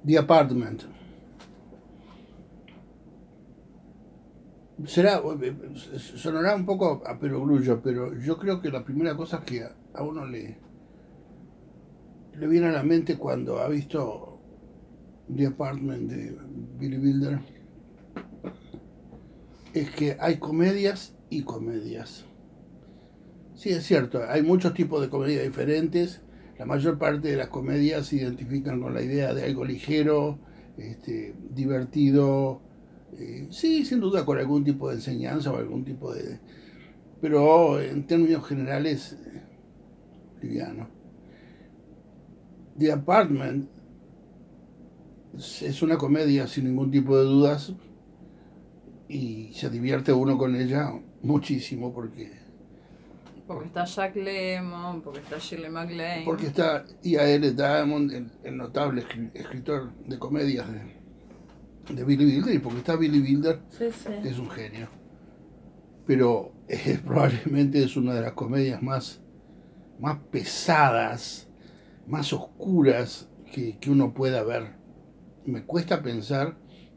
The Apartment. Será, sonará un poco a perogrullo, pero yo creo que la primera cosa que a uno le viene a la mente cuando ha visto The Apartment de Billy Wilder es que hay comedias y comedias. Sí, es cierto, hay muchos tipos de comedias diferentes. La mayor parte de las comedias se identifican con la idea de algo ligero, divertido, sí, sin duda con algún tipo de enseñanza o algún tipo de... Pero en términos generales, liviano. The Apartment es una comedia sin ningún tipo de dudas y se divierte uno con ella muchísimo Porque está Jack Lemmon, porque está Shirley porque MacLaine. está L. Diamond, el notable escritor de comedias de Billy Wilder, y porque está Billy Wilder, Sí, sí. que es un genio. Pero probablemente es una de las comedias más pesadas, más oscuras que uno pueda ver. Me cuesta pensar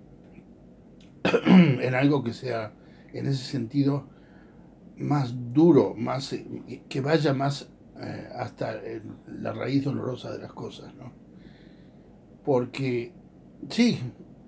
en algo que sea, en ese sentido, más duro, más que vaya más hasta la raíz dolorosa de las cosas, ¿no? Porque sí,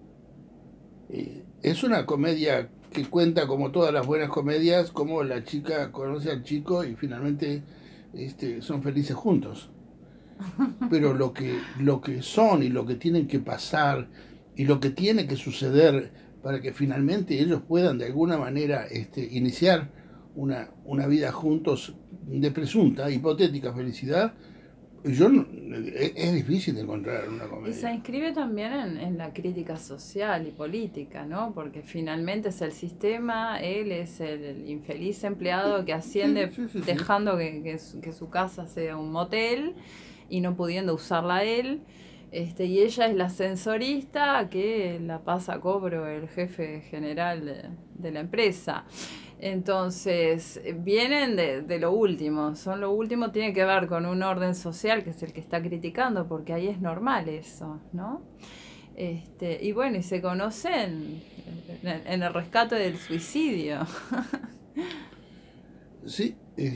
es una comedia que cuenta como todas las buenas comedias, como la chica conoce al chico y finalmente son felices juntos. Pero lo que son y lo que tienen que pasar y lo que tiene que suceder para que finalmente ellos puedan de alguna manera iniciar una vida juntos de presunta, hipotética felicidad, yo no- es difícil de encontrar en una Y se comedia. inscribe también en la crítica social y política, ¿no? Porque finalmente es el sistema, él es el infeliz empleado que Sí, asciende sí, sí, sí. dejando que su casa sea un motel y no pudiendo usarla él. Y ella es la ascensorista que la pasa a cobro el jefe general de la empresa. Entonces, vienen de lo último, son lo último, tiene que ver con un orden social que es el que está criticando, porque ahí es normal eso, ¿no? Y bueno, y se conocen en el rescate del suicidio. Sí,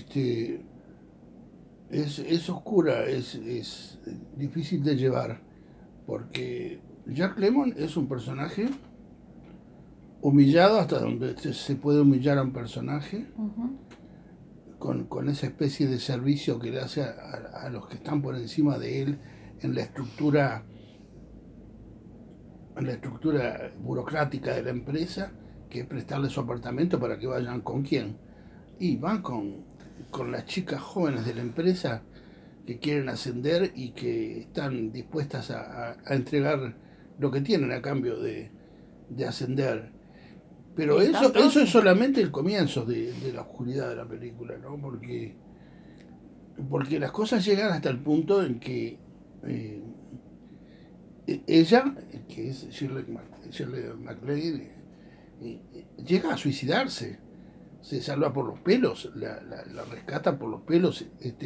es oscura, es difícil de llevar, porque Jack Lemmon es un personaje humillado hasta donde se puede humillar a un personaje, Ujú. con esa especie de servicio que le hace a los que están por encima de él en la estructura en la estructura burocrática de la empresa, que es prestarle su apartamento para que vayan con quién. Y van con las chicas jóvenes de la empresa que quieren ascender y que están dispuestas a entregar lo que tienen a cambio de ascender. Y Pero están eso todos es solamente el comienzo de la oscuridad de la película, ¿no? Porque las cosas llegan hasta el punto en que eh, ella, que es Shirley MacLaine, llega a suicidarse. Se salva por los pelos, la rescata por los pelos.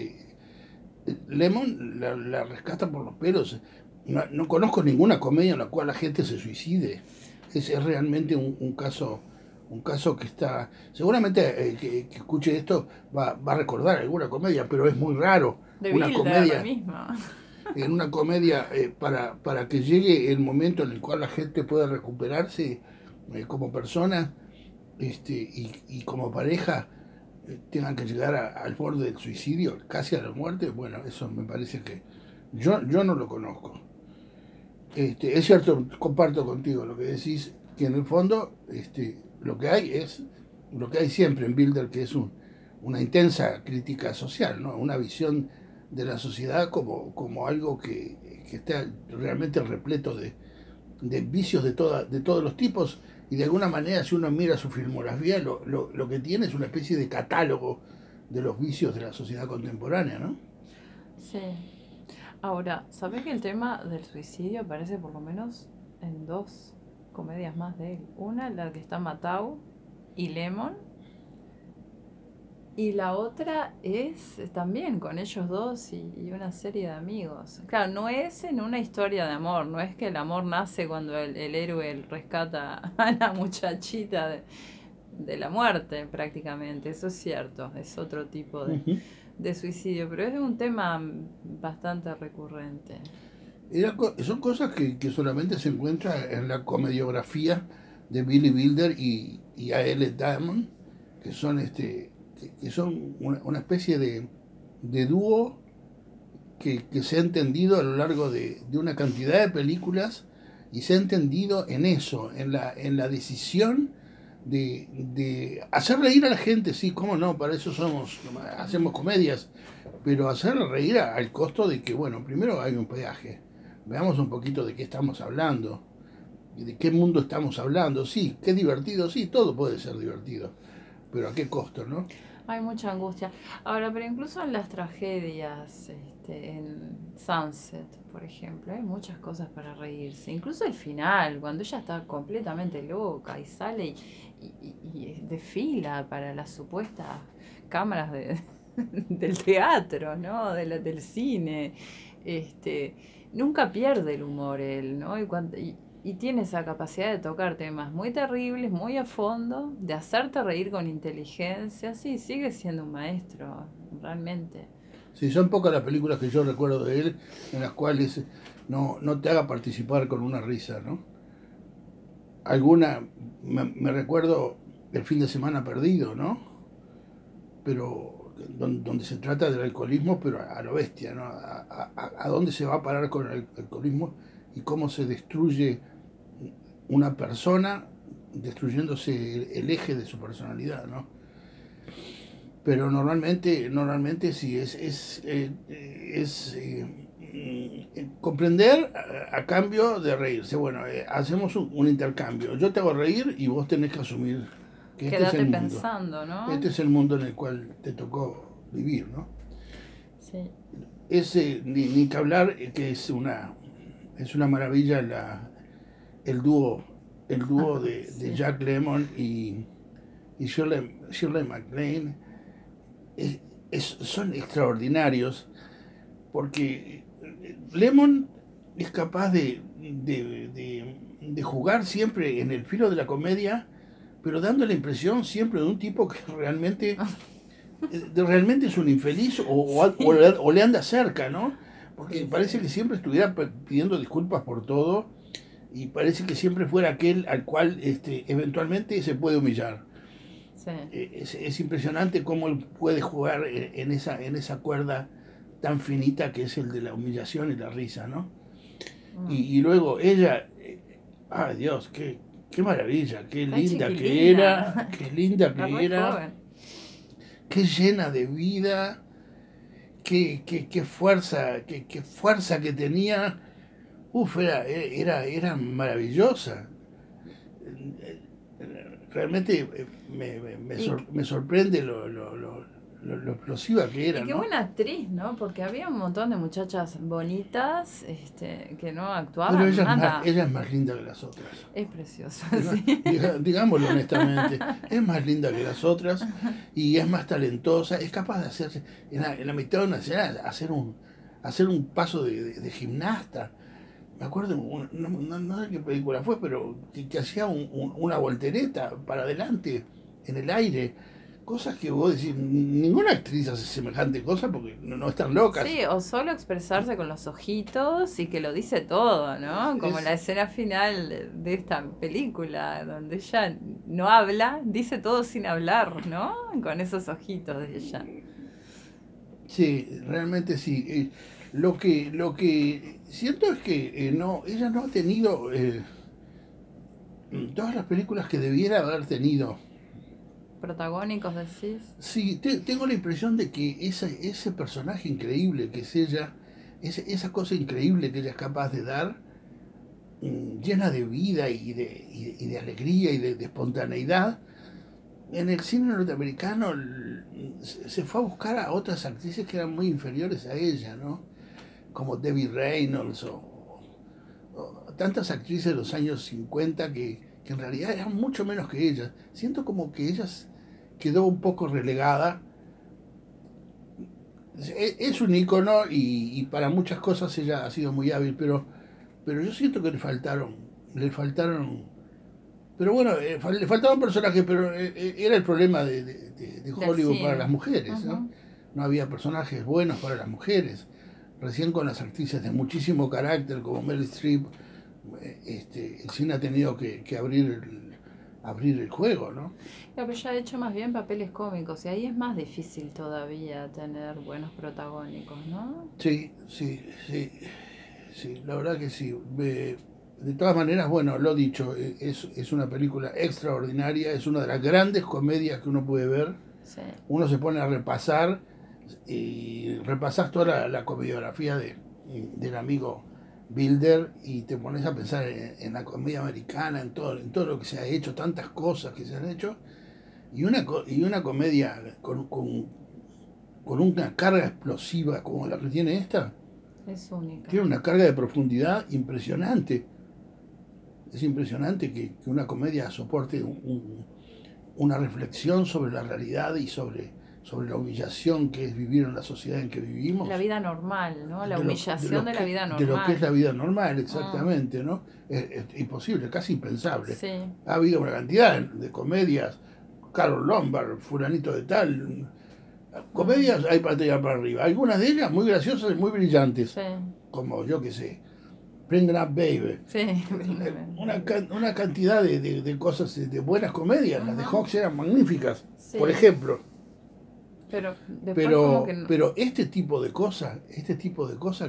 Lemon la rescata por los pelos. No conozco ninguna comedia en la cual la gente se suicide. Es realmente un caso que está... Seguramente que escuche esto va a recordar alguna comedia, pero es muy raro de una Bilder comedia mismo. en una comedia para que llegue el momento en el cual la gente pueda recuperarse como persona y como pareja tengan que llegar al borde del suicidio, casi a la muerte. Bueno, eso me parece que yo no lo conozco. Es cierto, comparto contigo lo que decís, que en el fondo lo que hay es lo que hay siempre en Bilder, que es una intensa crítica social, ¿no? Una visión de la sociedad como algo que está realmente repleto de vicios de todos los tipos, y de alguna manera si uno mira su filmografía lo que tiene es una especie de catálogo de los vicios de la sociedad contemporánea, ¿no? Sí. Ahora, ¿sabés que el tema del suicidio aparece por lo menos en dos comedias más de él? Una, la que está Matau y Lemon, Y la otra es también con ellos dos y una serie de amigos. Claro, no es en una historia de amor, no es que el amor nace cuando el héroe rescata a la muchachita de la muerte prácticamente, eso es cierto, es otro tipo Ujú. de suicidio, pero es un tema bastante recurrente. Son cosas que solamente se encuentran en la comediografía de Billy Wilder y A. L. Diamond, que son, que son una especie de dúo que se ha entendido a lo largo de una cantidad de películas y se ha entendido en eso, en la decisión de hacer reír a la gente, sí, cómo no, para eso hacemos comedias, pero hacerle reír al costo de que, bueno, primero hay un peaje, veamos un poquito de qué estamos hablando, y de qué mundo estamos hablando, sí, qué divertido, sí, todo puede ser divertido, pero a qué costo, ¿no? Hay mucha angustia. Ahora, pero incluso en las tragedias, en Sunset, por ejemplo, hay muchas cosas para reírse. Incluso el final, cuando ella está completamente loca y sale y desfila para las supuestas cámaras del teatro, ¿no? Del cine. Nunca pierde el humor él, ¿no? Y tiene esa capacidad de tocar temas muy terribles, muy a fondo, de hacerte reír con inteligencia. Sí, sigue siendo un maestro, realmente. Sí, son pocas las películas que yo recuerdo de él en las cuales no te haga participar con una risa, ¿no? Alguna, me recuerdo El fin de semana perdido, ¿no? Pero donde se trata del alcoholismo, pero a lo bestia, ¿no? A dónde se va a parar con el alcoholismo y cómo se destruye una persona destruyéndose el eje de su personalidad, ¿no? Pero normalmente sí, comprender a cambio de reírse. Bueno, hacemos un intercambio. Yo te hago reír y vos tenés que asumir que este es Quédate el mundo. pensando, ¿no? Este es el mundo en el cual te tocó vivir, ¿no? Sí. Ni que hablar que es una maravilla el dúo, el dúo de Sí. Jack Lemmon y Shirley MacLaine es- son extraordinarios porque Lemon es capaz de jugar siempre en el filo de la comedia, pero dando la impresión siempre de un tipo que realmente es un infeliz Sí. o le anda cerca, ¿no? Porque Sí, parece que sí. siempre estuviera pidiendo disculpas por todo y parece que siempre fuera aquel al cual eventualmente se puede humillar. Sí. Es impresionante cómo él puede jugar en esa cuerda tan finita que es el de la humillación y la risa, ¿no? Mm. Y luego ella, ay Dios, qué maravilla, Está chiquilina. qué linda Está que re era, joven. qué llena de vida, qué fuerza que tenía. Uf, era maravillosa. Realmente Y, me sorprende lo explosiva que era, y qué ¿no? buena actriz, ¿no? Porque había un montón de muchachas bonitas, que no Pero actuaban nada. ella es más linda que las otras. Es preciosa, sí. Digámoslo honestamente, es más linda que las otras y es más talentosa, es capaz de hacerse en la mitad de una escena hacer un paso de gimnasta. Me acuerdo, no sé qué película fue, pero que hacía una voltereta para adelante en el aire. Cosas que vos decís, ninguna actriz hace semejante cosa porque no están locas. Sí, o solo expresarse con los ojitos y que lo dice todo, ¿no? Como Es, la escena final de esta película, donde ella no habla, dice todo sin hablar, ¿no? Con esos ojitos de ella. sí, realmente sí. Lo que siento es que ella no ha tenido todas las películas que debiera haber tenido. Protagónicos decís. Sí, tengo la impresión de que ese personaje increíble que es ella, esa cosa increíble que ella es capaz de dar, llena de vida y de alegría y de espontaneidad, en el cine norteamericano se fue a buscar a otras actrices que eran muy inferiores a ella, ¿no? Como Debbie Reynolds o tantas actrices de los años 50 que en realidad eran mucho menos que ellas. Siento como que ellas quedó un poco relegada Es un ícono y para muchas cosas ella ha sido muy hábil, pero yo siento que le faltaron, pero bueno, le faltaban personajes, pero era el problema de Del Hollywood para las cine. mujeres, ¿no? Ujú. No había personajes buenos para las mujeres. Recién con las actrices de muchísimo carácter como Meryl Streep, el cine ha tenido que abrir el juego, ¿no? Pero ya he hecho más bien papeles cómicos y ahí es más difícil todavía tener buenos protagónicos, ¿no? Sí, sí, sí, sí, la verdad que sí. De todas maneras, bueno, lo dicho, es una película extraordinaria, es una de las grandes comedias que uno puede ver. Sí. Uno se pone a repasar y repasas toda la comediografía del amigo Bilder y te pones a pensar en la comedia americana, en todo lo que se ha hecho, tantas cosas que se han hecho, y una comedia con una carga explosiva como la que tiene esta, Es única. tiene una carga de profundidad impresionante. Es impresionante que una comedia soporte una reflexión sobre la realidad y sobre la humillación que es vivir en la sociedad en que La vivimos, vida normal, ¿no? La de humillación lo de la vida de lo que es normal. la vida normal, Mm, exactamente, ¿no? Es imposible, casi impensable. sí. Ha habido una cantidad de comedias, Carol Lombard, fulanito de tal, Mm, comedias hay para tirar para arriba, algunas de ellas muy graciosas y muy brillantes, sí. como yo que sé, Bring It Up Baby. Sí. Una cantidad de cosas, de buenas comedias, las de Ujú, Hawks eran magníficas, por sí. ejemplo. Pero después como que no. Pero este tipo de cosas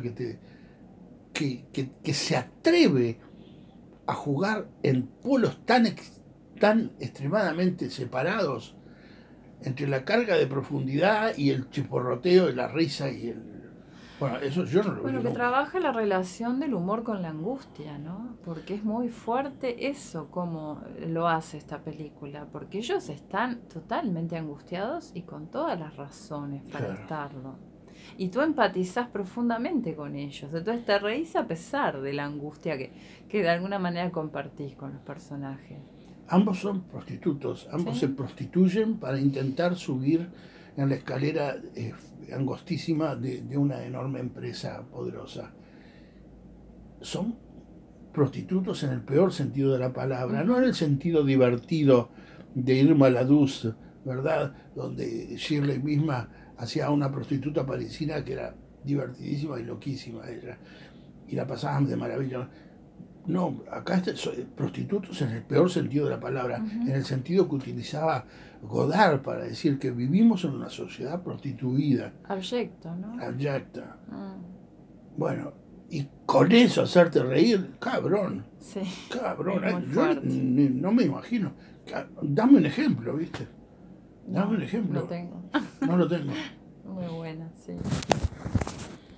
que se atreve a jugar en polos tan extremadamente separados entre la carga de profundidad y el chisporroteo y la risa y el... Bueno, eso yo no lo vi Bueno, que nunca. trabaja la relación del humor con la angustia, ¿no? Porque es muy fuerte eso, como lo hace esta película, porque ellos están totalmente angustiados y con todas las razones para Claro. estarlo. Y tú empatizás profundamente con ellos, entonces te reís a pesar de la angustia que de alguna manera compartís con los personajes. Ambos son prostitutos, ambos se ¿Sí? prostituyen para intentar subir en la escalera angostísima de una enorme empresa poderosa. Son prostitutos en el peor sentido de la palabra, no en Ujú. el sentido divertido de Irma Laduz, ¿verdad? Donde Shirley misma hacía a una prostituta parisina que era divertidísima y loquísima ella, y la pasaban de maravilla. No, acá prostitutos en el peor sentido de la palabra, en Ujú. el sentido que utilizaba Godard para decir que vivimos en una sociedad prostituida, Abyecto, ¿no? abyecta. Mm, Bueno, y con eso hacerte reír, cabrón, sí, cabrón. es muy Yo fuerte. no me imagino. Dame un ejemplo, ¿viste? Dame un No, no ejemplo. tengo. No lo tengo. Muy buena, sí.